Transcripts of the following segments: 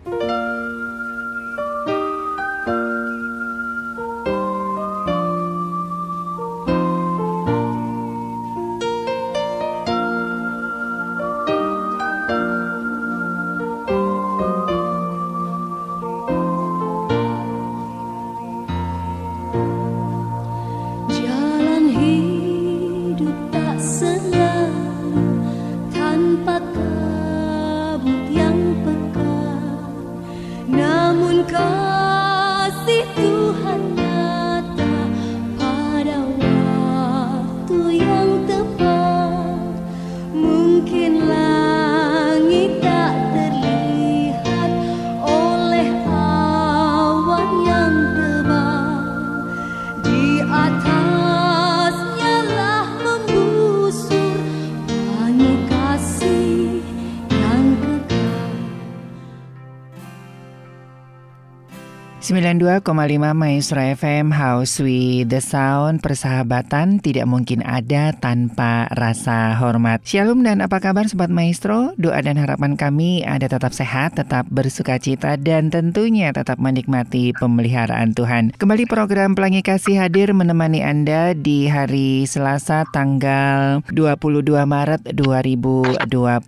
92,5 Maestro FM, House with the Sound. Persahabatan tidak mungkin ada tanpa rasa hormat. Shalom dan apa kabar Sobat Maestro? Doa dan harapan kami Anda tetap sehat, tetap bersukacita, dan tentunya tetap menikmati pemeliharaan Tuhan. Kembali program Pelangi Kasih hadir menemani Anda di hari Selasa tanggal 22 Maret 2022.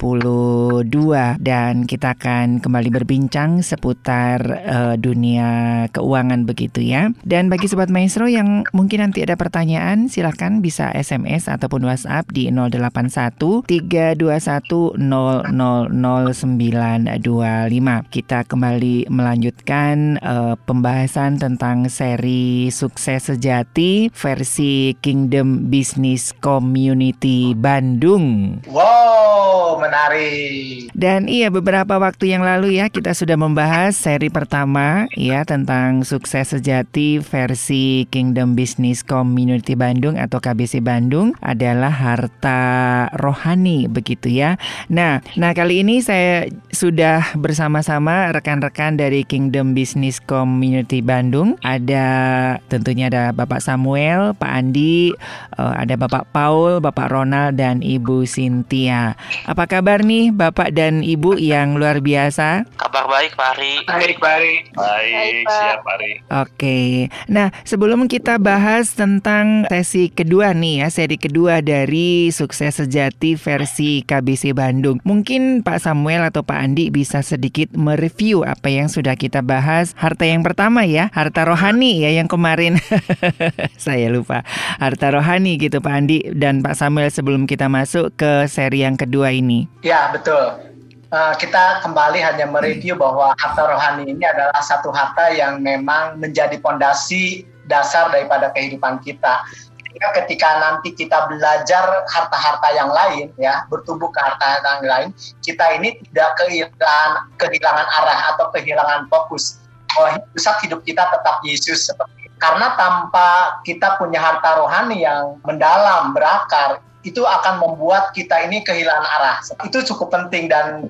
Dan kita akan kembali berbincang seputar dunia keuangan begitu ya. Dan bagi Sobat Maestro yang mungkin nanti ada pertanyaan, silahkan bisa SMS ataupun WhatsApp di 081 321 000925. Kita kembali melanjutkan pembahasan tentang seri Sukses Sejati versi Kingdom Business Community Bandung. Wow, menarik. Dan iya, beberapa waktu yang lalu ya kita sudah membahas seri pertama ya tentang Sukses Sejati versi Kingdom Business Community Bandung atau KBC Bandung adalah harta rohani begitu ya. Nah kali ini saya sudah bersama-sama rekan-rekan dari Kingdom Business Community Bandung. Tentunya ada Bapak Samuel, Pak Andi, ada Bapak Paul, Bapak Ronald, dan Ibu Cynthia. Apa kabar nih Bapak dan Ibu yang luar biasa? Kabar baik Pak Ari. Baik. Baik, siap Ari. Oke, nah sebelum kita bahas tentang sesi kedua nih ya, seri kedua dari Sukses Sejati versi KBC Bandung, mungkin Pak Samuel atau Pak Andi bisa sedikit mereview apa yang sudah kita bahas. Harta yang pertama ya, harta rohani ya yang kemarin saya lupa, harta rohani gitu Pak Andi dan Pak Samuel, sebelum kita masuk ke seri yang kedua ini. Ya, betul. Kita kembali hanya mereview bahwa harta rohani ini adalah satu harta yang memang menjadi pondasi dasar daripada kehidupan kita. Ketika nanti kita belajar harta-harta yang lain, ya, bertumbuh ke harta-harta yang lain, kita ini tidak kehilangan arah atau kehilangan fokus. Pusat hidup kita tetap Yesus seperti itu. Karena tanpa kita punya harta rohani yang mendalam, berakar, itu akan membuat kita ini kehilangan arah. Itu cukup penting dan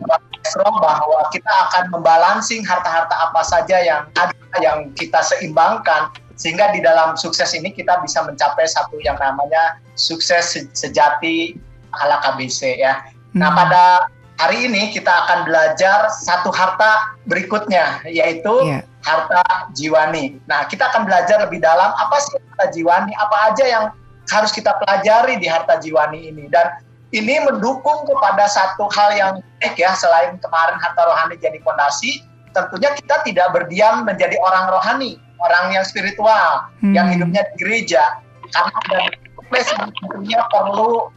bahwa kita akan membalancing harta-harta apa saja yang ada, yang kita seimbangkan, sehingga di dalam sukses ini kita bisa mencapai satu yang namanya sukses sejati ala KBC ya. Nah, pada hari ini kita akan belajar satu harta berikutnya, yaitu harta jiwani. Nah, kita akan belajar lebih dalam apa sih harta jiwani, apa aja yang harus kita pelajari di harta jiwani ini. Dan ini mendukung kepada satu hal yang baik ya, selain kemarin harta rohani jadi fondasi, tentunya kita tidak berdiam menjadi orang rohani, orang yang spiritual, yang hidupnya di gereja. Karena ada tentunya perlu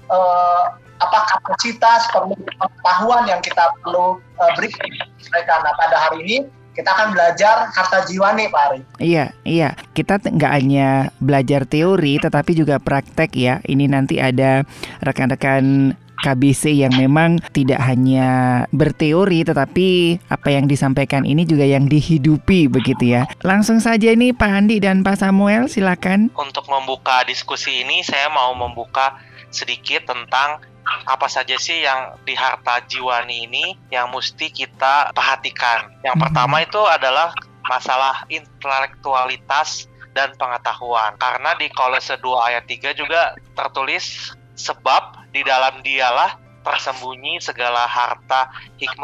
kapasitas, perlu pengetahuan yang kita perlu berikan mereka. Nah, pada hari ini kita akan belajar harta jiwani, Pak Ari. Iya. Kita nggak hanya belajar teori, tetapi juga praktek ya. Ini nanti ada rekan-rekan KBC yang memang tidak hanya berteori, tetapi apa yang disampaikan ini juga yang dihidupi begitu ya. Langsung saja nih Pak Andi dan Pak Samuel, silakan. Untuk membuka diskusi ini, saya mau membuka sedikit tentang apa saja sih yang di harta jiwani ini yang mesti kita perhatikan. Yang pertama itu adalah masalah intelektualitas dan pengetahuan. Karena di Kolose 2 ayat 3 juga tertulis, sebab di dalam dialah tersembunyi segala harta hikmat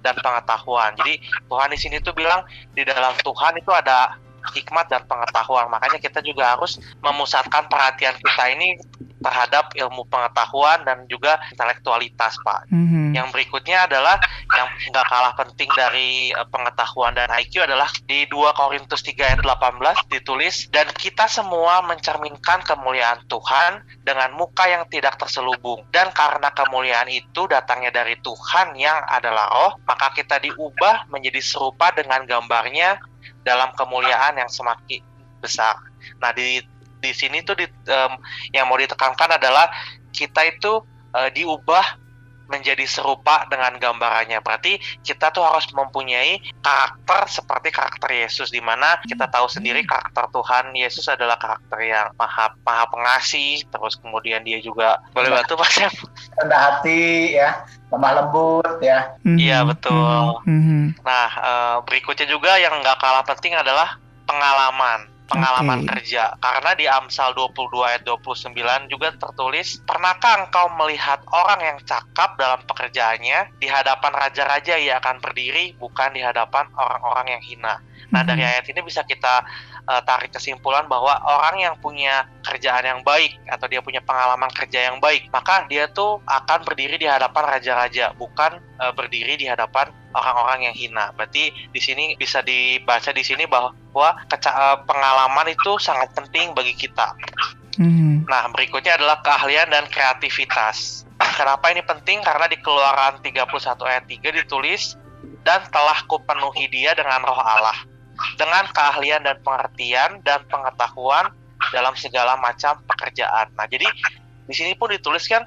dan pengetahuan. Jadi Tuhan di sini tuh bilang di dalam Tuhan itu ada hikmat dan pengetahuan. Makanya kita juga harus memusatkan perhatian kita ini terhadap ilmu pengetahuan dan juga intelektualitas, Pak. Yang berikutnya adalah yang nggak kalah penting dari pengetahuan dan IQ adalah di 2 Korintus 3 ayat 18 ditulis, dan kita semua mencerminkan kemuliaan Tuhan dengan muka yang tidak terselubung. Dan karena kemuliaan itu datangnya dari Tuhan yang adalah roh, maka kita diubah menjadi serupa dengan gambarnya dalam kemuliaan yang semakin besar. Nah, di sini tuh yang mau ditekankan adalah kita itu diubah menjadi serupa dengan gambarannya. Berarti kita tuh harus mempunyai karakter seperti karakter Yesus, di mana kita tahu sendiri karakter Tuhan Yesus adalah karakter yang maha pengasih, terus kemudian dia juga boleh bantu Pak Sam, rendah hati ya, lemah lembut ya. Iya betul. Nah, berikutnya juga yang nggak kalah penting adalah pengalaman kerja. Karena di Amsal 22 ayat 29 juga tertulis, pernahkah engkau melihat orang yang cakap dalam pekerjaannya? Di hadapan raja-raja ia akan berdiri, bukan di hadapan orang-orang yang hina. Nah, dari ayat ini bisa kita tarik kesimpulan bahwa orang yang punya kerjaan yang baik atau dia punya pengalaman kerja yang baik, maka dia tuh akan berdiri di hadapan raja-raja, bukan berdiri di hadapan orang-orang yang hina. Berarti di sini bisa dibaca di sini bahwa pengalaman itu sangat penting bagi kita. Nah, berikutnya adalah keahlian dan kreativitas. Kenapa ini penting? Karena di Keluaran 31 ayat 3 ditulis, dan telah kupenuhi dia dengan roh Allah, dengan keahlian dan pengertian dan pengetahuan dalam segala macam pekerjaan. Nah, jadi di sini pun dituliskan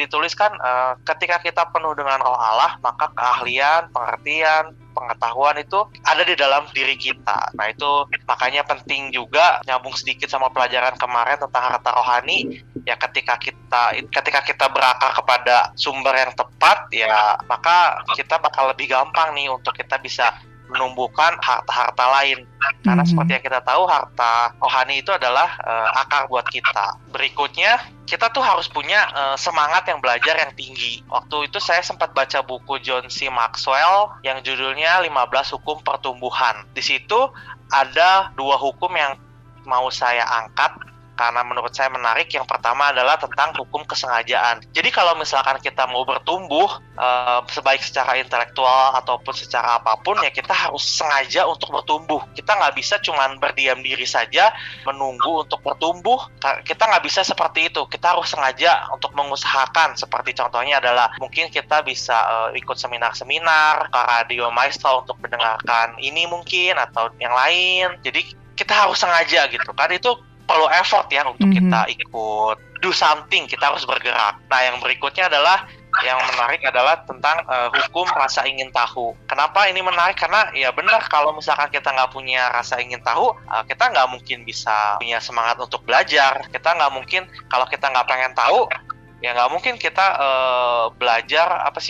ketika kita penuh dengan roh Allah, maka keahlian, pengertian, pengetahuan itu ada di dalam diri kita. Nah, itu makanya penting juga, nyambung sedikit sama pelajaran kemarin tentang harta rohani, ya ketika kita berakar kepada sumber yang tepat, ya maka kita bakal lebih gampang nih untuk kita bisa menumbuhkan harta-harta lain. Karena seperti yang kita tahu, harta rohani itu adalah akar buat kita. Berikutnya, kita tuh harus punya semangat yang belajar yang tinggi. Waktu itu saya sempat baca buku John C. Maxwell yang judulnya 15 Hukum Pertumbuhan. Di situ ada 2 hukum yang mau saya angkat karena menurut saya menarik. Yang pertama adalah tentang hukum kesengajaan. Jadi kalau misalkan kita mau bertumbuh, sebaik secara intelektual ataupun secara apapun, ya kita harus sengaja untuk bertumbuh. Kita nggak bisa cuman berdiam diri saja menunggu untuk bertumbuh. Kita nggak bisa seperti itu. Kita harus sengaja untuk mengusahakan. Seperti contohnya adalah mungkin kita bisa ikut seminar-seminar ke Radio Maestro untuk mendengarkan ini mungkin atau yang lain. Jadi kita harus sengaja gitu kan, itu perlu effort ya untuk kita ikut do something, kita harus bergerak. Nah, yang berikutnya adalah, yang menarik adalah tentang hukum rasa ingin tahu. Kenapa ini menarik? Karena ya benar, kalau misalkan kita nggak punya rasa ingin tahu, kita nggak mungkin bisa punya semangat untuk belajar. Kita nggak mungkin, kalau kita nggak pengen tahu, ya nggak mungkin kita belajar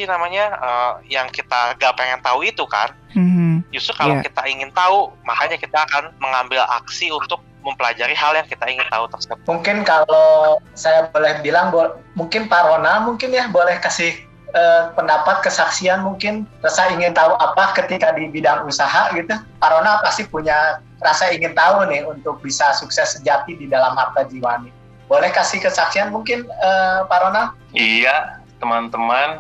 yang kita nggak pengen tahu itu kan. Justru kalau kita ingin tahu, makanya kita akan mengambil aksi untuk mempelajari hal yang kita ingin tahu tersebut. Mungkin kalau saya boleh bilang, mungkin Pak Ronald mungkin ya boleh kasih pendapat, kesaksian, mungkin rasa ingin tahu apa ketika di bidang usaha gitu. Pak Ronald pasti punya rasa ingin tahu nih untuk bisa sukses sejati di dalam harta jiwa nih. Boleh kasih kesaksian mungkin Pak Ronald? Iya, teman-teman,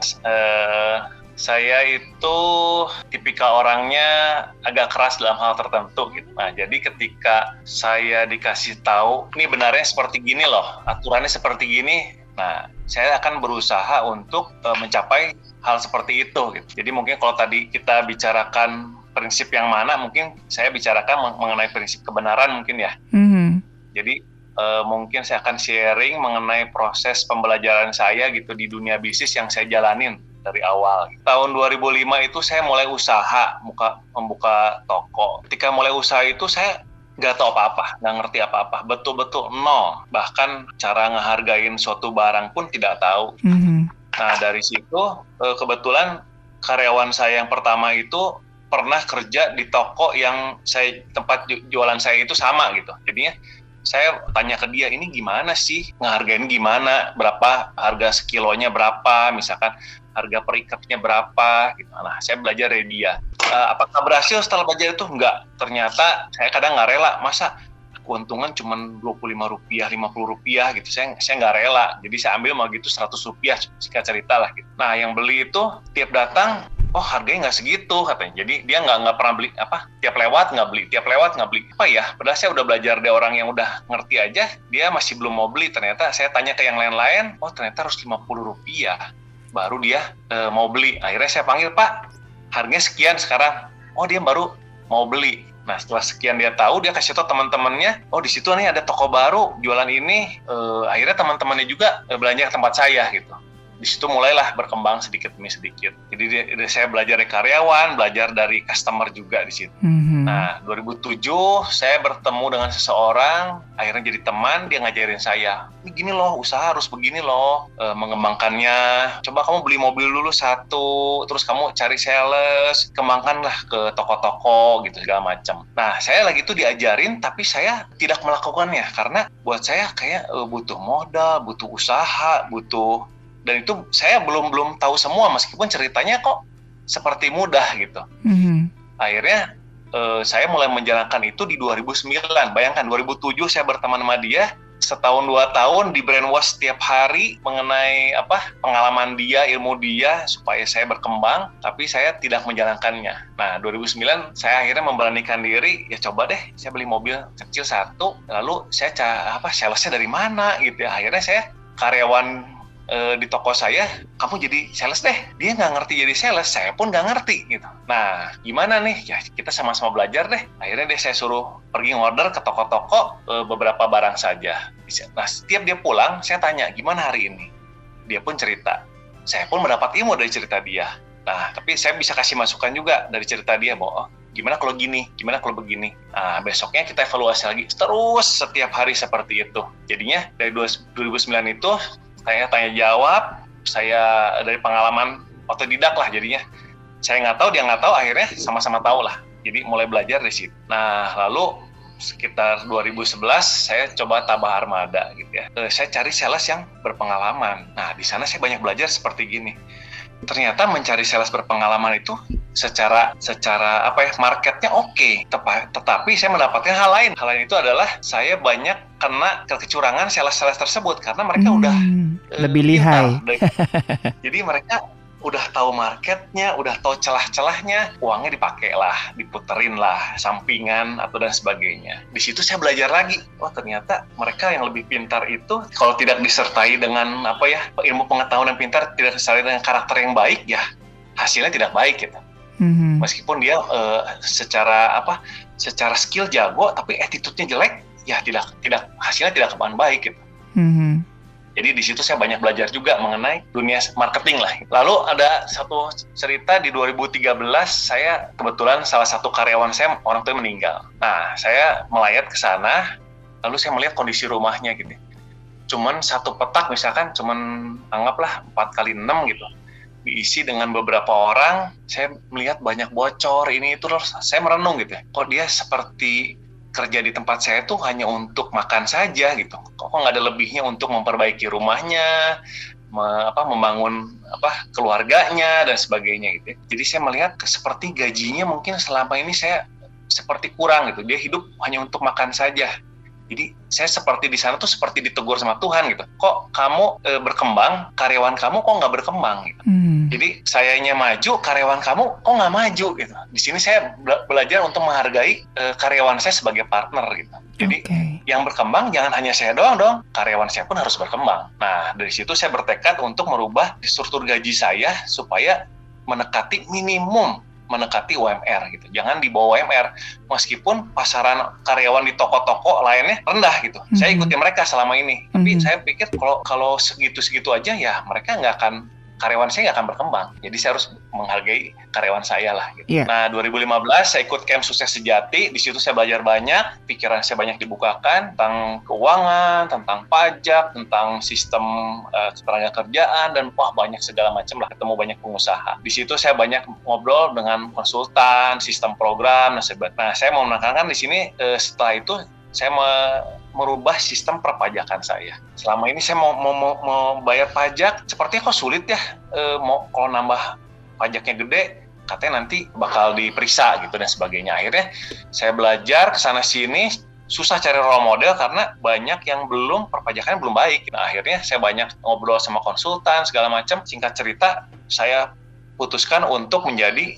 saya itu tipikal orangnya agak keras dalam hal tertentu gitu. Nah, jadi ketika saya dikasih tahu, ini benarnya seperti gini loh, aturannya seperti gini. Nah, saya akan berusaha untuk mencapai hal seperti itu gitu. Jadi mungkin kalau tadi kita bicarakan prinsip yang mana, mungkin saya bicarakan mengenai prinsip kebenaran mungkin ya. Jadi mungkin saya akan sharing mengenai proses pembelajaran saya gitu di dunia bisnis yang saya jalanin dari awal. Tahun 2005 itu saya mulai usaha, membuka toko. Ketika mulai usaha itu saya nggak tahu apa-apa, nggak ngerti apa-apa, betul-betul nol. Bahkan cara ngehargain suatu barang pun tidak tahu. Nah, dari situ kebetulan karyawan saya yang pertama itu pernah kerja di toko yang tempat jualan saya itu sama gitu. Jadinya saya tanya ke dia, ini gimana sih, ngehargain gimana, berapa harga sekilonya berapa, misalkan harga per ikatnya berapa, gitu. Nah, saya belajar dari dia. Apakah berhasil setelah belajar itu? Enggak. Ternyata saya kadang nggak rela, masa keuntungan cuma Rp25, Rp50 gitu. Saya nggak rela. Jadi saya ambil mau gitu Rp100, singkat cerita lah gitu. Nah, yang beli itu tiap datang, oh harganya nggak segitu katanya. Jadi dia nggak pernah beli tiap lewat nggak beli, tiap lewat nggak beli. Apa ya? Padahal saya udah belajar dari orang yang udah ngerti aja, dia masih belum mau beli. Ternyata saya tanya ke yang lain-lain, oh ternyata harus Rp50 baru dia mau beli. Akhirnya saya panggil, Pak, harganya sekian sekarang. Oh dia baru mau beli. Nah setelah sekian dia tahu, dia kasih tahu teman-temannya, oh di situ nih ada toko baru jualan ini. Akhirnya teman-temannya juga belanja ke tempat saya gitu. Di situ mulailah berkembang sedikit demi sedikit. Jadi saya belajar dari karyawan, belajar dari customer juga di situ. Nah, 2007 saya bertemu dengan seseorang, akhirnya jadi teman, dia ngajarin saya, ini gini loh, usaha harus begini loh, mengembangkannya. Coba kamu beli mobil dulu satu, terus kamu cari sales, kembangkanlah ke toko-toko gitu segala macam. Nah, saya lagi itu diajarin, tapi saya tidak melakukannya karena buat saya kayak butuh modal, butuh usaha, dan itu saya belum tahu semua meskipun ceritanya kok seperti mudah gitu. Akhirnya saya mulai menjalankan itu di 2009. Bayangkan 2007 saya berteman sama dia, setahun 2 tahun di brainwash setiap hari mengenai pengalaman dia, ilmu dia supaya saya berkembang, tapi saya tidak menjalankannya. Nah 2009 saya akhirnya memberanikan diri, ya coba deh saya beli mobil kecil satu, lalu saya salesnya dari mana gitu ya. Akhirnya saya karyawan di toko saya, kamu jadi sales deh. Dia nggak ngerti jadi sales, saya pun nggak ngerti gitu. Nah, gimana nih? Ya kita sama-sama belajar deh. Akhirnya saya suruh pergi ngorder ke toko-toko beberapa barang saja. Nah, setiap dia pulang, saya tanya, gimana hari ini? Dia pun cerita. Saya pun mendapat ilmu dari cerita dia. Nah, tapi saya bisa kasih masukan juga dari cerita dia bahwa, gimana kalau gini, gimana kalau begini. Nah, besoknya kita evaluasi lagi. Terus setiap hari seperti itu. Jadinya dari 2009 itu, saya tanya jawab, saya dari pengalaman otodidak lah jadinya. Saya nggak tahu, dia nggak tahu, akhirnya sama-sama tahu lah. Jadi mulai belajar di situ. Nah, lalu sekitar 2011 saya coba tabah armada gitu ya. Saya cari sales yang berpengalaman. Nah, di sana saya banyak belajar seperti gini. Ternyata mencari sales berpengalaman itu secara marketnya oke. Tetapi saya mendapatkan hal lain. Hal lain itu adalah saya banyak kena kecurangan sales-sales tersebut karena mereka udah lebih lihai. Jadi mereka udah tahu marketnya, udah tahu celah-celahnya, uangnya dipakai lah, diputerin lah, sampingan atau dan sebagainya. Di situ saya belajar lagi, ternyata mereka yang lebih pintar itu kalau tidak disertai dengan ilmu pengetahuan yang pintar, tidak disertai dengan karakter yang baik, ya hasilnya tidak baik gitu. Meskipun dia secara skill jago, tapi attitude-nya jelek, ya hasilnya tidak kebaan baik gitu. Jadi di situ saya banyak belajar juga mengenai dunia marketing lah. Lalu ada satu cerita di 2013, saya kebetulan salah satu karyawan saya orang tua meninggal. Nah, saya melayat ke sana, lalu saya melihat kondisi rumahnya gitu. Cuman satu petak misalkan, anggaplah 4x6 gitu. Diisi dengan beberapa orang, saya melihat banyak bocor, ini itu, terus saya merenung gitu. Kok dia seperti kerja di tempat saya tuh hanya untuk makan saja gitu. Kok nggak ada lebihnya untuk memperbaiki rumahnya, membangun keluarganya dan sebagainya gitu. Jadi saya melihat seperti gajinya mungkin selama ini saya seperti kurang gitu. Dia hidup hanya untuk makan saja. Jadi saya seperti di sana tuh seperti ditegur sama Tuhan gitu. Kok kamu berkembang, karyawan kamu kok nggak berkembang gitu. Jadi sayanya maju, karyawan kamu kok nggak maju gitu. Di sini saya belajar untuk menghargai karyawan saya sebagai partner gitu. Jadi yang berkembang jangan hanya saya doang dong, karyawan saya pun harus berkembang. Nah dari situ saya bertekad untuk merubah struktur gaji saya supaya mendekati UMR gitu. Jangan di bawah UMR. Meskipun pasaran karyawan di toko-toko lainnya rendah gitu. Saya ikuti mereka selama ini. Tapi saya pikir kalau segitu-segitu aja ya mereka karyawan saya nggak akan berkembang. Jadi saya harus menghargai karyawan saya lah. Gitu. Nah 2015 saya ikut camp Sukses Sejati. Di situ saya belajar banyak. Pikiran saya banyak dibukakan tentang keuangan, tentang pajak, tentang sistem ketenaga kerjaan dan banyak segala macam lah. Ketemu banyak pengusaha. Di situ saya banyak ngobrol dengan konsultan, sistem program dan sebagainya. Nah saya mau menekankan di sini setelah itu saya merubah sistem perpajakan saya. Selama ini saya mau bayar pajak, sepertinya kok sulit ya. Kalau nambah pajaknya gede, katanya nanti bakal diperiksa gitu dan sebagainya. Akhirnya saya belajar kesana sini, susah cari role model karena banyak yang perpajakannya belum baik. Nah, akhirnya saya banyak ngobrol sama konsultan segala macam. Singkat cerita, saya putuskan untuk menjadi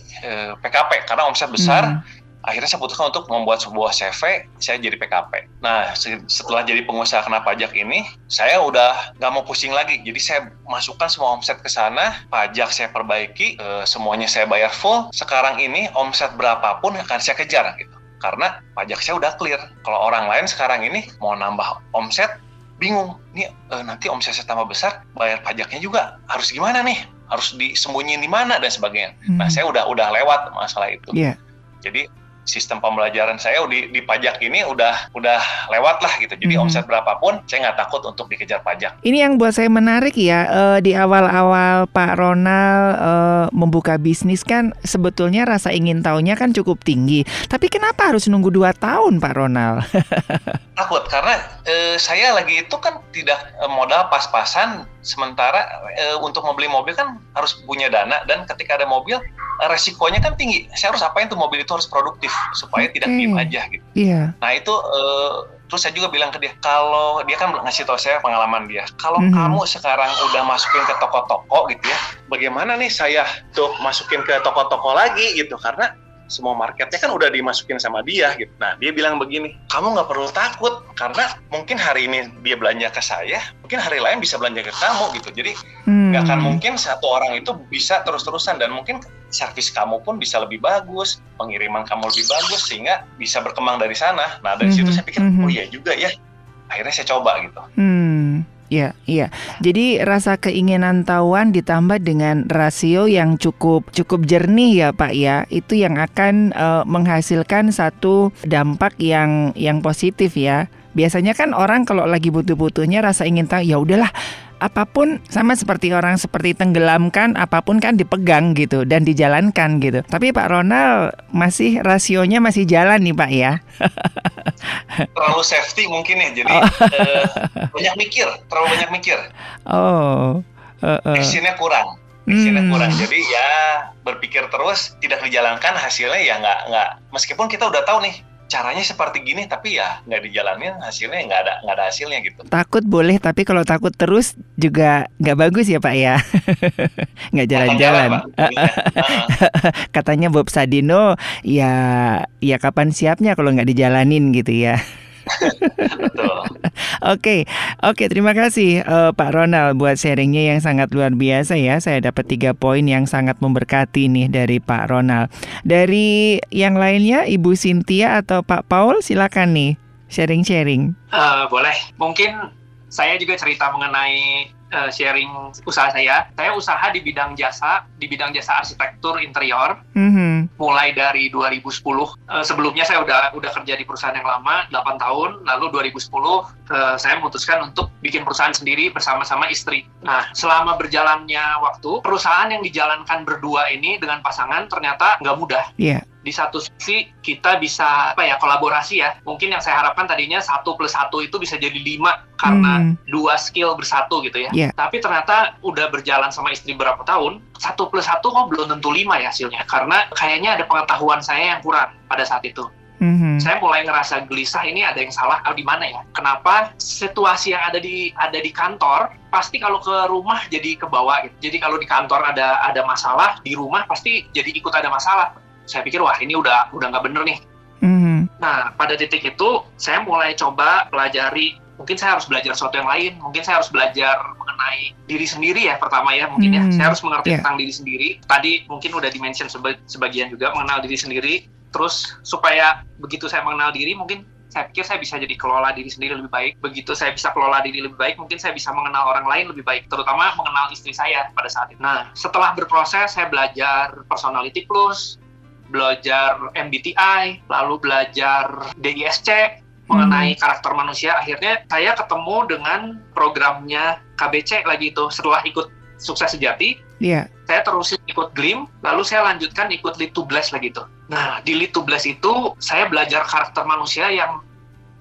PKP karena omset besar. Akhirnya saya putuskan untuk membuat sebuah CV, saya jadi PKP. Nah, setelah jadi pengusaha kena pajak ini, saya udah nggak mau pusing lagi. Jadi saya masukkan semua omset ke sana, pajak saya perbaiki, semuanya saya bayar full. Sekarang ini omset berapapun akan saya kejar gitu. Karena pajak saya udah clear. Kalau orang lain sekarang ini mau nambah omset, bingung. Nih nanti omset saya tambah besar, bayar pajaknya juga harus gimana nih? Harus disembunyiin di mana dan sebagainya. Nah, saya udah lewat masalah itu. Yeah. Jadi sistem pembelajaran saya di pajak ini udah lewat lah gitu. Jadi omset berapapun saya nggak takut untuk dikejar pajak. Ini yang buat saya menarik ya, di awal-awal Pak Ronald membuka bisnis kan sebetulnya rasa ingin tahunya kan cukup tinggi. Tapi kenapa harus nunggu 2 tahun Pak Ronald? Takut karena saya lagi itu kan tidak modal pas-pasan. Sementara untuk membeli mobil kan harus punya dana, dan ketika ada mobil resikonya kan tinggi. Saya harus apain tuh mobil itu harus produktif supaya tidak diem aja gitu. Yeah. Nah itu terus saya juga bilang ke dia, kalau dia kan ngasih tahu saya pengalaman dia, kalau kamu sekarang udah masukin ke toko-toko gitu ya, bagaimana nih saya tuh masukin ke toko-toko lagi gitu, karena semua marketnya kan udah dimasukin sama dia gitu. Nah, dia bilang begini, kamu nggak perlu takut, karena mungkin hari ini dia belanja ke saya, mungkin hari lain bisa belanja ke kamu gitu. Jadi nggak akan mungkin satu orang itu bisa terus-terusan, dan mungkin servis kamu pun bisa lebih bagus, pengiriman kamu lebih bagus, sehingga bisa berkembang dari sana. Nah, dari situ saya pikir, oh iya juga ya. Akhirnya saya coba gitu. Iya. Jadi rasa keinginan tahuan ditambah dengan rasio yang cukup jernih ya Pak ya. Itu yang akan menghasilkan satu dampak yang positif ya. Biasanya kan orang kalau lagi butuh-butuhnya rasa ingin tahu, ya udahlah, apapun sama seperti orang seperti tenggelamkan, apapun kan dipegang gitu dan dijalankan gitu. Tapi Pak Ronald rasionya masih jalan nih Pak ya. Terlalu safety mungkin ya, jadi terlalu banyak mikir. Actionnya kurang. Jadi ya berpikir terus, tidak dijalankan, hasilnya ya nggak. Meskipun kita udah tahu nih caranya seperti gini, tapi ya nggak dijalanin, hasilnya nggak ada hasilnya gitu. Takut boleh, tapi kalau takut terus juga nggak bagus ya Pak ya. Nggak jalan-jalan. Katanya Bob Sadino, ya kapan siapnya kalau nggak dijalanin gitu ya. Betul. Oke, terima kasih Pak Ronald buat sharingnya yang sangat luar biasa ya. Saya dapat 3 poin yang sangat memberkati nih dari Pak Ronald. Dari yang lainnya, Ibu Cynthia atau Pak Paul, silakan nih sharing-sharing. Boleh. Mungkin saya juga cerita mengenai sharing usaha saya. Saya usaha di bidang jasa arsitektur interior. Mulai dari 2010. Sebelumnya saya udah kerja di perusahaan yang lama 8 tahun. Lalu 2010 saya memutuskan untuk bikin perusahaan sendiri bersama-sama istri. Nah, selama berjalannya waktu, perusahaan yang dijalankan berdua ini dengan pasangan ternyata nggak mudah. Iya. Di satu sisi kita bisa kolaborasi ya. Mungkin yang saya harapkan tadinya 1 + 1 itu bisa jadi 5 karena 2 skill bersatu gitu ya. Yeah. Tapi ternyata udah berjalan sama istri berapa tahun, 1 + 1 kok belum tentu 5 ya hasilnya. Karena kayaknya ada pengetahuan saya yang kurang pada saat itu. Saya mulai ngerasa gelisah, ini ada yang salah di mana ya? Kenapa situasi yang ada di kantor pasti kalau ke rumah jadi ke bawah gitu. Jadi kalau di kantor ada masalah, di rumah pasti jadi ikut ada masalah. Saya pikir wah ini udah nggak bener nih. Nah, pada titik itu saya mulai coba pelajari. Mungkin saya harus belajar sesuatu yang lain. Mungkin saya harus belajar mengenai diri sendiri ya pertama ya. Mungkin ya saya harus mengerti tentang diri sendiri. Tadi mungkin udah dimention sebagian juga mengenal diri sendiri. Terus supaya begitu saya mengenal diri, mungkin saya pikir saya bisa jadi kelola diri sendiri lebih baik. Begitu saya bisa kelola diri lebih baik, mungkin saya bisa mengenal orang lain lebih baik. Terutama mengenal istri saya pada saat itu. Nah, setelah berproses saya belajar Personality Plus, belajar MBTI, lalu belajar DISC mengenai karakter manusia. Akhirnya saya ketemu dengan programnya KBC lagi itu. Setelah ikut Sukses Sejati, saya terusin ikut GLIM, lalu saya lanjutkan ikut Lead to Bless lagi itu. Nah, di Lead to Bless itu saya belajar karakter manusia yang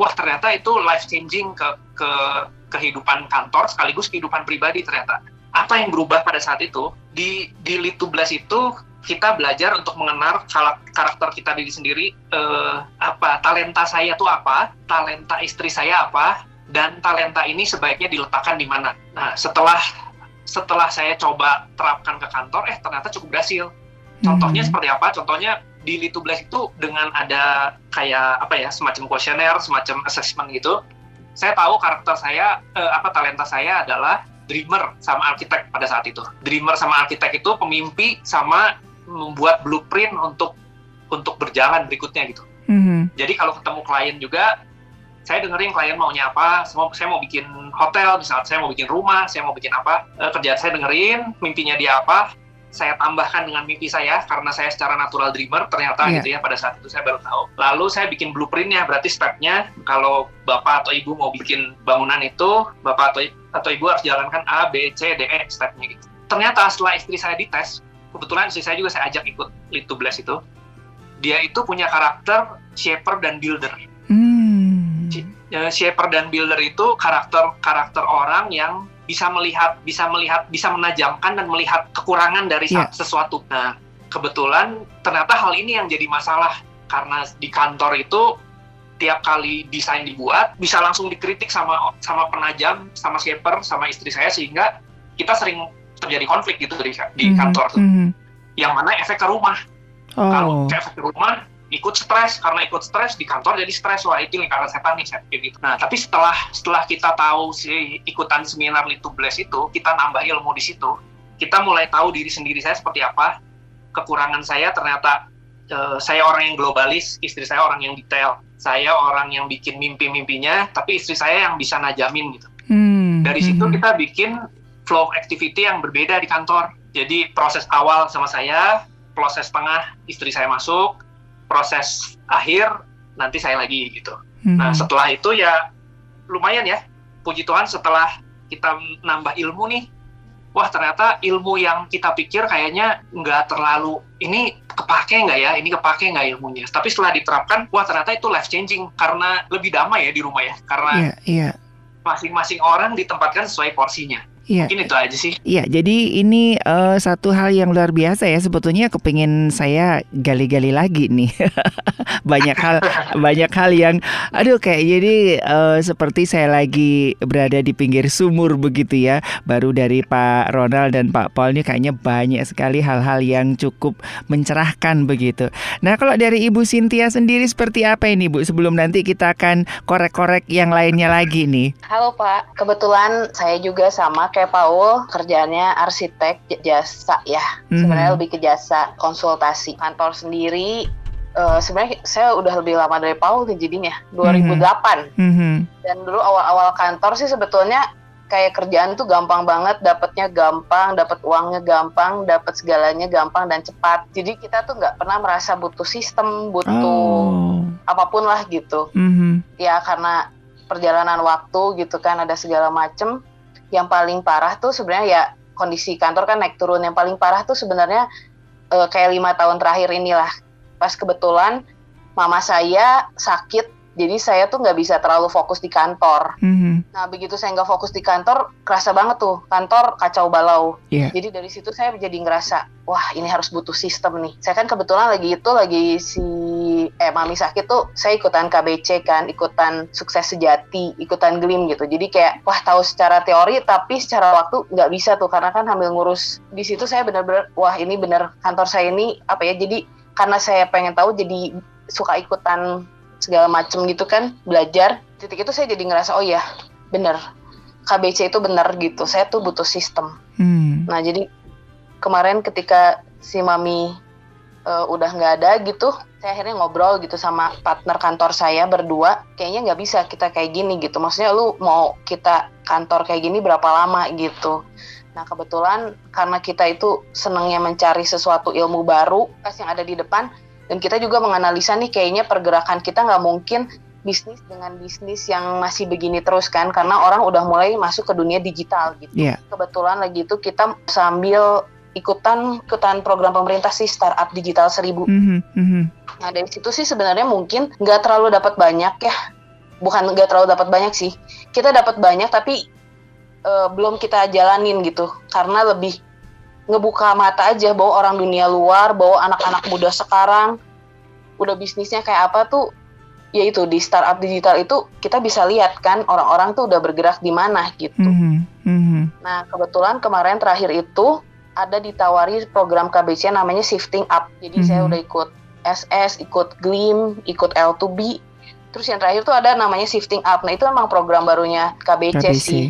wah ternyata itu life changing ke kehidupan kantor sekaligus kehidupan pribadi ternyata. Apa yang berubah pada saat itu? Di Lead to Blast itu kita belajar untuk mengenal karakter kita diri sendiri, talenta saya tuh apa, talenta istri saya apa, dan talenta ini sebaiknya diletakkan di mana. Nah, setelah saya coba terapkan ke kantor, ternyata cukup berhasil. Contohnya seperti apa? Contohnya di Lead to Blast itu dengan ada kayak semacam kuesioner, semacam assessment gitu. Saya tahu karakter saya, talenta saya adalah dreamer sama arsitek pada saat itu. Dreamer sama arsitek itu pemimpi sama membuat blueprint untuk berjalan berikutnya gitu. Jadi kalau ketemu klien juga, saya dengerin klien maunya apa. Saya mau bikin hotel, misalnya saya mau bikin rumah, saya mau bikin apa. Kerjaan saya dengerin, mimpinya dia apa. Saya tambahkan dengan mimpi saya, karena saya secara natural dreamer ternyata gitu ya, pada saat itu saya baru tahu. Lalu saya bikin blueprintnya, berarti stepnya, kalau bapak atau ibu mau bikin bangunan itu, bapak atau ibu harus jalankan A, B, C, D, E stepnya gitu. Ternyata setelah istri saya dites, kebetulan istri saya juga saya ajak ikut Lead to Blast itu, dia itu punya karakter shaper dan builder. Shaper dan builder itu karakter orang yang bisa menajamkan dan melihat kekurangan dari sesuatu. Nah, kebetulan ternyata hal ini yang jadi masalah, karena di kantor itu tiap kali desain dibuat bisa langsung dikritik sama penajam, sama shaper, sama istri saya, sehingga kita sering terjadi konflik gitu di kantor tuh. Yang mana efek ke rumah. Kalau efek ke rumah ikut stres, karena ikut stres di kantor jadi stres, wah itu lingkaran setan nih, saya pikir gitu. Nah, tapi setelah kita tahu ikutan seminar Lead to Blast itu, kita nambah ilmu di situ, kita mulai tahu diri sendiri saya seperti apa. Kekurangan saya ternyata saya orang yang globalis, istri saya orang yang detail, saya orang yang bikin mimpi-mimpinya, tapi istri saya yang bisa najamin gitu. Dari situ kita bikin flow activity yang berbeda di kantor. Jadi proses awal sama saya, proses tengah istri saya masuk, proses akhir nanti saya lagi gitu. Nah, setelah itu ya lumayan ya, puji Tuhan setelah kita nambah ilmu nih, wah ternyata ilmu yang kita pikir kayaknya nggak terlalu, ini kepake nggak ilmunya. Tapi setelah diterapkan, wah ternyata itu life changing, karena lebih damai ya di rumah ya, karena masing-masing orang ditempatkan sesuai porsinya. Mungkin itu aja sih. Iya, jadi ini satu hal yang luar biasa ya. Sebetulnya kepingin saya gali-gali lagi nih. banyak hal yang kayak jadi seperti saya lagi berada di pinggir sumur begitu ya. Baru dari Pak Ronald dan Pak Paul ini kayaknya banyak sekali hal-hal yang cukup mencerahkan begitu. Nah, kalau dari Ibu Cynthia sendiri seperti apa ini Bu? Sebelum nanti kita akan korek-korek yang lainnya lagi nih. Halo Pak, kebetulan saya juga sama kayak Paul, kerjaannya arsitek jasa ya. Sebenarnya lebih ke jasa konsultasi. Kantor sendiri sebenarnya saya udah lebih lama dari Paul jadinya 2008. Dan dulu awal-awal kantor sih sebetulnya kayak kerjaan tuh gampang banget, dapatnya gampang, dapat uangnya gampang, dapat segalanya gampang dan cepat. Jadi kita tuh nggak pernah merasa butuh sistem, butuh apapun lah gitu. Ya karena perjalanan waktu gitu kan, ada segala macem. Yang paling parah tuh sebenarnya ya kondisi kantor kan naik turun. Yang paling parah tuh sebenarnya kayak 5 tahun terakhir inilah. Pas kebetulan mama saya sakit, jadi saya tuh nggak bisa terlalu fokus di kantor. Nah begitu saya nggak fokus di kantor, kerasa banget tuh kantor kacau balau. Jadi dari situ saya jadi ngerasa, wah ini harus butuh sistem nih. Saya kan kebetulan lagi mami sakit tuh, saya ikutan KBC kan, ikutan Sukses Sejati, ikutan GLIM gitu. Jadi kayak, wah tahu secara teori, tapi secara waktu nggak bisa tuh, karena kan sambil ngurus. Di situ saya benar-benar, wah ini benar kantor saya ini jadi karena saya pengen tahu, jadi suka ikutan segala macem gitu kan, belajar. Titik itu saya jadi ngerasa, oh ya bener, KBC itu bener gitu, saya tuh butuh sistem. Nah jadi kemarin ketika si mami udah nggak ada gitu, saya akhirnya ngobrol gitu sama partner kantor saya berdua, kayaknya nggak bisa kita kayak gini gitu, maksudnya lu mau kita kantor kayak gini berapa lama gitu. Nah kebetulan karena kita itu senangnya mencari sesuatu ilmu baru pas yang ada di depan, dan kita juga menganalisa nih kayaknya pergerakan kita nggak mungkin bisnis dengan bisnis yang masih begini terus kan, karena orang udah mulai masuk ke dunia digital gitu. Kebetulan lagi itu kita sambil ikutan program pemerintah sih, Startup Digital 1000. Nah dari situ sih sebenarnya mungkin nggak terlalu dapat banyak ya, bukan nggak terlalu dapat banyak sih. Kita dapat banyak tapi belum kita jalanin gitu. Karena lebih ngebuka mata aja bahwa orang dunia luar, bahwa anak-anak muda sekarang udah bisnisnya kayak apa tuh. Yaitu di startup digital itu kita bisa lihat kan orang-orang tuh udah bergerak di mana gitu. Nah kebetulan kemarin terakhir itu ada ditawari program KBC namanya Shifting Up. Jadi saya udah ikut SS, ikut Gleam, ikut L2B. Terus yang terakhir tuh ada namanya Shifting Up. Nah itu memang program barunya KBC. sih.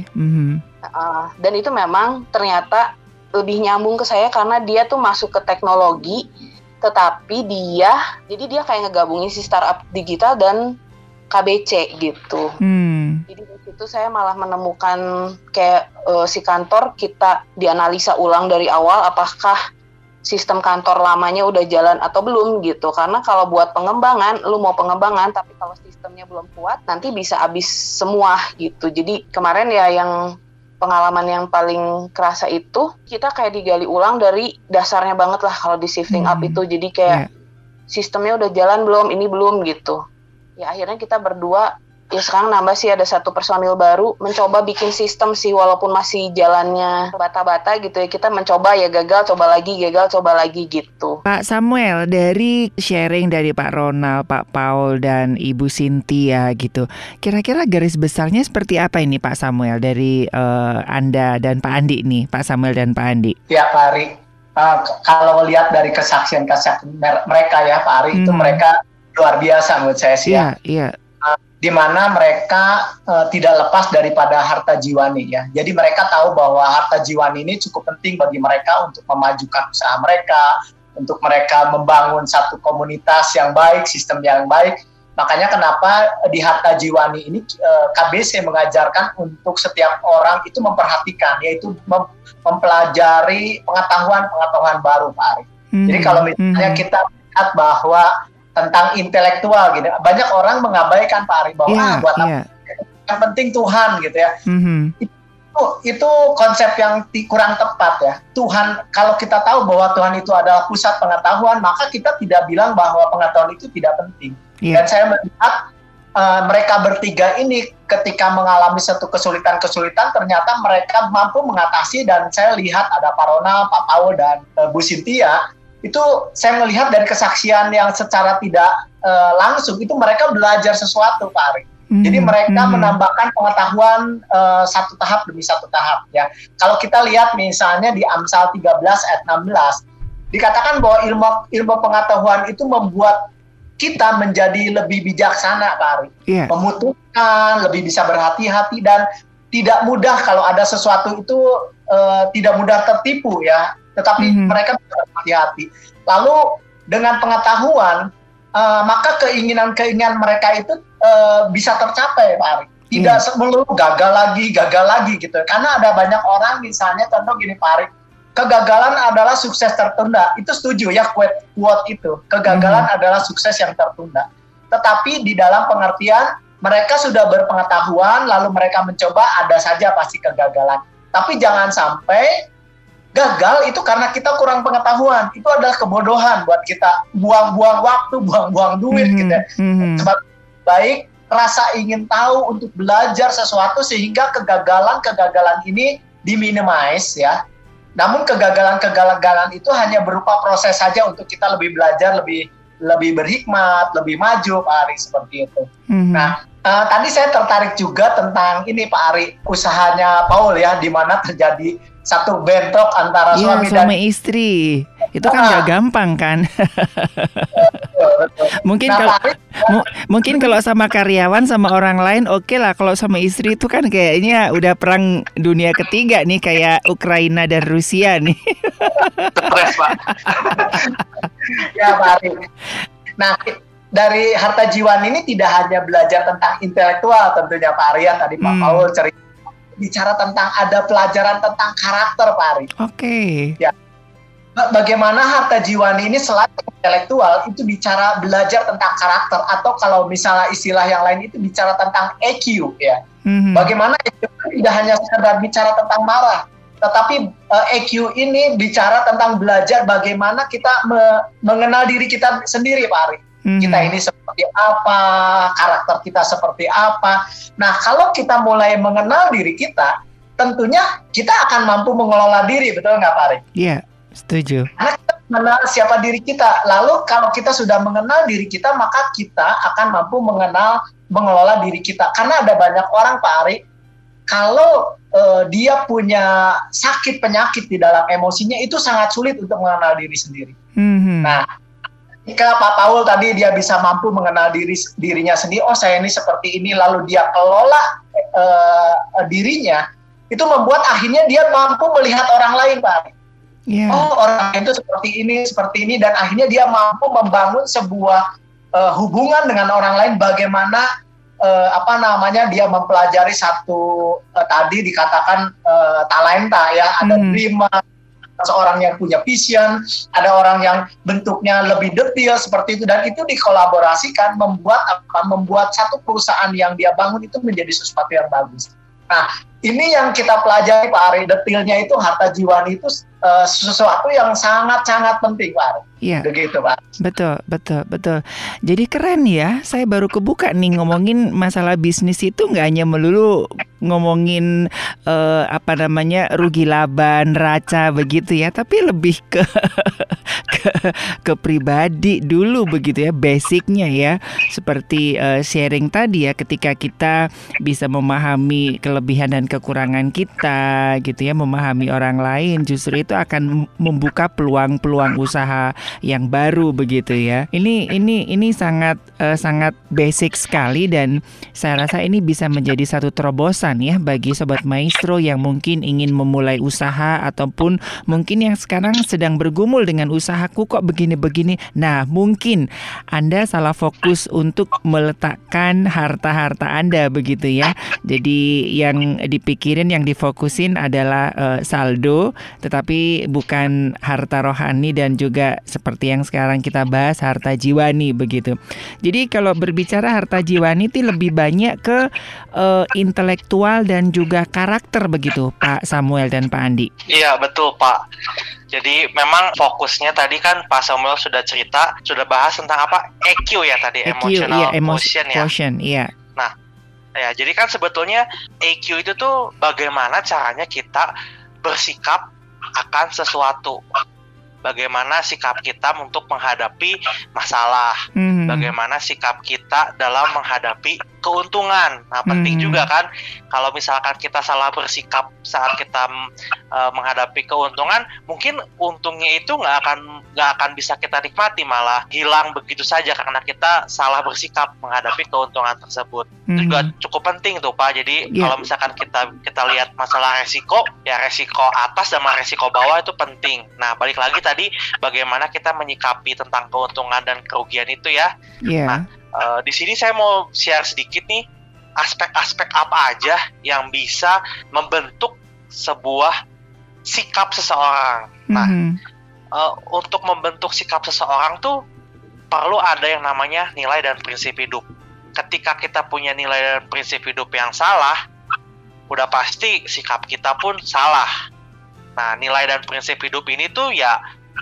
Dan itu memang ternyata lebih nyambung ke saya karena dia tuh masuk ke teknologi. Tetapi dia kayak ngegabungin si startup digital dan KBC gitu. Jadi di situ saya malah menemukan kayak si kantor kita dianalisa ulang dari awal apakah sistem kantor lamanya udah jalan atau belum gitu. Karena kalau buat pengembangan, lu mau pengembangan tapi kalau sistemnya belum kuat nanti bisa habis semua gitu. Jadi kemarin ya yang pengalaman yang paling kerasa itu kita kayak digali ulang dari dasarnya banget lah kalau di Shifting Up itu. Jadi kayak sistemnya udah jalan belum, ini belum gitu. Ya akhirnya kita berdua ya sekarang nambah sih ada 1 personil baru mencoba bikin sistem sih walaupun masih jalannya bata-bata gitu ya. Kita mencoba ya gagal coba lagi gitu. Pak Samuel, dari sharing dari Pak Ronald, Pak Paul dan Ibu Cynthia gitu, kira-kira garis besarnya seperti apa ini Pak Samuel dari Anda dan Pak Andi nih, Pak Samuel dan Pak Andi? Ya Pak Ari, kalau lihat dari kesaksian mereka ya Pak Ari, itu mereka luar biasa menurut saya sih ya. Di mana mereka tidak lepas daripada harta jiwani ya. Jadi mereka tahu bahwa harta jiwani ini cukup penting bagi mereka untuk memajukan usaha mereka, untuk mereka membangun satu komunitas yang baik, sistem yang baik. Makanya kenapa di harta jiwani ini KBC mengajarkan untuk setiap orang itu memperhatikan, yaitu mempelajari pengetahuan baru Pak Ari. Jadi kalau misalnya kita lihat bahwa tentang intelektual gitu, banyak orang mengabaikan Pak Ari bahwa buat apa yang penting Tuhan gitu ya. Itu konsep yang kurang tepat ya. Tuhan, kalau kita tahu bahwa Tuhan itu adalah pusat pengetahuan, maka kita tidak bilang bahwa pengetahuan itu tidak penting. Dan saya melihat mereka bertiga ini ketika mengalami satu kesulitan-kesulitan, ternyata mereka mampu mengatasi. Dan saya lihat ada Pak Ronald, Pak Paul dan Bu Cynthia. Itu saya melihat dari kesaksian yang secara tidak langsung itu mereka belajar sesuatu Pak Ari. Jadi mereka menambahkan pengetahuan satu tahap demi satu tahap ya. Kalau kita lihat misalnya di Amsal 13 ayat 16 dikatakan bahwa ilmu pengetahuan itu membuat kita menjadi lebih bijaksana Pak Ari. Memutuskan, lebih bisa berhati-hati dan tidak mudah kalau ada sesuatu itu tidak mudah tertipu ya. Tetapi mereka bisa berhati-hati. Lalu dengan pengetahuan, maka keinginan mereka itu bisa tercapai, Pak Ari. Tidak melulu gagal lagi gitu. Karena ada banyak orang, misalnya contoh gini, Pak Ari, kegagalan adalah sukses tertunda. Itu setuju ya quote itu. Kegagalan adalah sukses yang tertunda. Tetapi di dalam pengertian, mereka sudah berpengetahuan, lalu mereka mencoba, ada saja pasti kegagalan. Tapi jangan sampai gagal itu karena kita kurang pengetahuan. Itu adalah kebodohan buat kita. Buang-buang waktu, buang-buang duit gitu ya. Sebab baik rasa ingin tahu untuk belajar sesuatu sehingga kegagalan ini diminimize ya. Namun kegagalan itu hanya berupa proses saja untuk kita lebih belajar, lebih berhikmat, lebih maju Pak Ari, seperti itu. Nah, tadi saya tertarik juga tentang ini Pak Ari, usahanya Paul ya, di mana terjadi satu bentrok antara suami dan istri. Itu kan nggak gampang kan. Mungkin kalau sama karyawan sama orang lain oke lah. Kalau sama istri itu kan kayaknya udah perang dunia ketiga nih, kayak Ukraina dan Rusia nih. Stres Pak. Ya Pak Ari. Nah, dari harta jiwani ini tidak hanya belajar tentang intelektual tentunya Pak Ari ya, tadi Pak Paul cerita bicara tentang ada pelajaran tentang karakter Pak Ari. Ya. Bagaimana harta jiwani ini selain intelektual itu bicara belajar tentang karakter, atau kalau misalnya istilah yang lain itu bicara tentang EQ ya. Bagaimana EQ tidak hanya sekedar bicara tentang marah, tetapi EQ ini bicara tentang belajar bagaimana kita mengenal diri kita sendiri Pak Ari. Kita ini seperti seperti apa, karakter kita seperti apa. Nah, kalau kita mulai mengenal diri kita, tentunya kita akan mampu mengelola diri, betul nggak Pak Ari? Iya, setuju. Karena kita mengenal siapa diri kita. Lalu kalau kita sudah mengenal diri kita, maka kita akan mampu mengelola diri kita. Karena ada banyak orang Pak Ari, kalau dia punya sakit penyakit di dalam emosinya, itu sangat sulit untuk mengenal diri sendiri. Nah, jika Pak Paul tadi dia bisa mampu mengenal dirinya sendiri, oh saya ini seperti ini, lalu dia kelola dirinya, itu membuat akhirnya dia mampu melihat orang lain Pak. Oh orang lain itu seperti ini, dan akhirnya dia mampu membangun sebuah hubungan dengan orang lain, bagaimana dia mempelajari satu tadi dikatakan talenta ya, ada dreamer, seorang yang punya vision, ada orang yang bentuknya lebih detail seperti itu, dan itu dikolaborasikan membuat satu perusahaan yang dia bangun itu menjadi sesuatu yang bagus. Nah, ini yang kita pelajari Pak Ari, detailnya itu harta jiwani itu sesuatu yang sangat-sangat penting Pak Ari. Iya. Begitu Pak. Betul. Jadi keren ya. Saya baru kebuka nih ngomongin masalah bisnis itu nggak hanya melulu ngomongin rugi laba neraca begitu ya, tapi lebih ke pribadi dulu begitu ya, basicnya ya. Seperti sharing tadi ya, ketika kita bisa memahami kelebihan dan kekurangan kita gitu ya, memahami orang lain, justru itu akan membuka peluang-peluang usaha yang baru begitu ya. Ini sangat basic sekali, dan saya rasa ini bisa menjadi satu terobosan ya bagi sobat maestro yang mungkin ingin memulai usaha, ataupun mungkin yang sekarang sedang bergumul dengan usahaku kok begini-begini. Nah, mungkin Anda salah fokus untuk meletakkan harta-harta Anda begitu ya. Jadi yang dipikirin, yang difokusin adalah saldo, tetapi bukan harta rohani, dan juga seperti yang sekarang kita bahas harta jiwani begitu. Jadi kalau berbicara harta jiwani itu lebih banyak ke intelektual dan juga karakter begitu Pak Samuel dan Pak Andi. Iya betul Pak. Jadi memang fokusnya tadi kan Pak Samuel sudah bahas tentang apa? EQ ya tadi, emotional quotient ya. Nah, ya jadi kan sebetulnya EQ itu tuh bagaimana caranya kita bersikap akan sesuatu. Bagaimana sikap kita untuk menghadapi masalah, bagaimana sikap kita dalam menghadapi keuntungan. Nah, penting juga kan, kalau misalkan kita salah bersikap saat kita menghadapi keuntungan, mungkin untungnya itu nggak akan bisa kita nikmati, malah hilang begitu saja karena kita salah bersikap menghadapi keuntungan tersebut. Itu juga cukup penting tuh Pak. Jadi kalau misalkan kita lihat masalah resiko, ya resiko atas sama resiko bawah itu penting. Nah, balik lagi tadi bagaimana kita menyikapi tentang keuntungan dan kerugian itu ya. Nah, di sini saya mau share sedikit nih aspek-aspek apa aja yang bisa membentuk sebuah sikap seseorang. Nah, untuk membentuk sikap seseorang tuh perlu ada yang namanya nilai dan prinsip hidup. Ketika kita punya nilai dan prinsip hidup yang salah, udah pasti sikap kita pun salah. Nah, nilai dan prinsip hidup ini tuh ya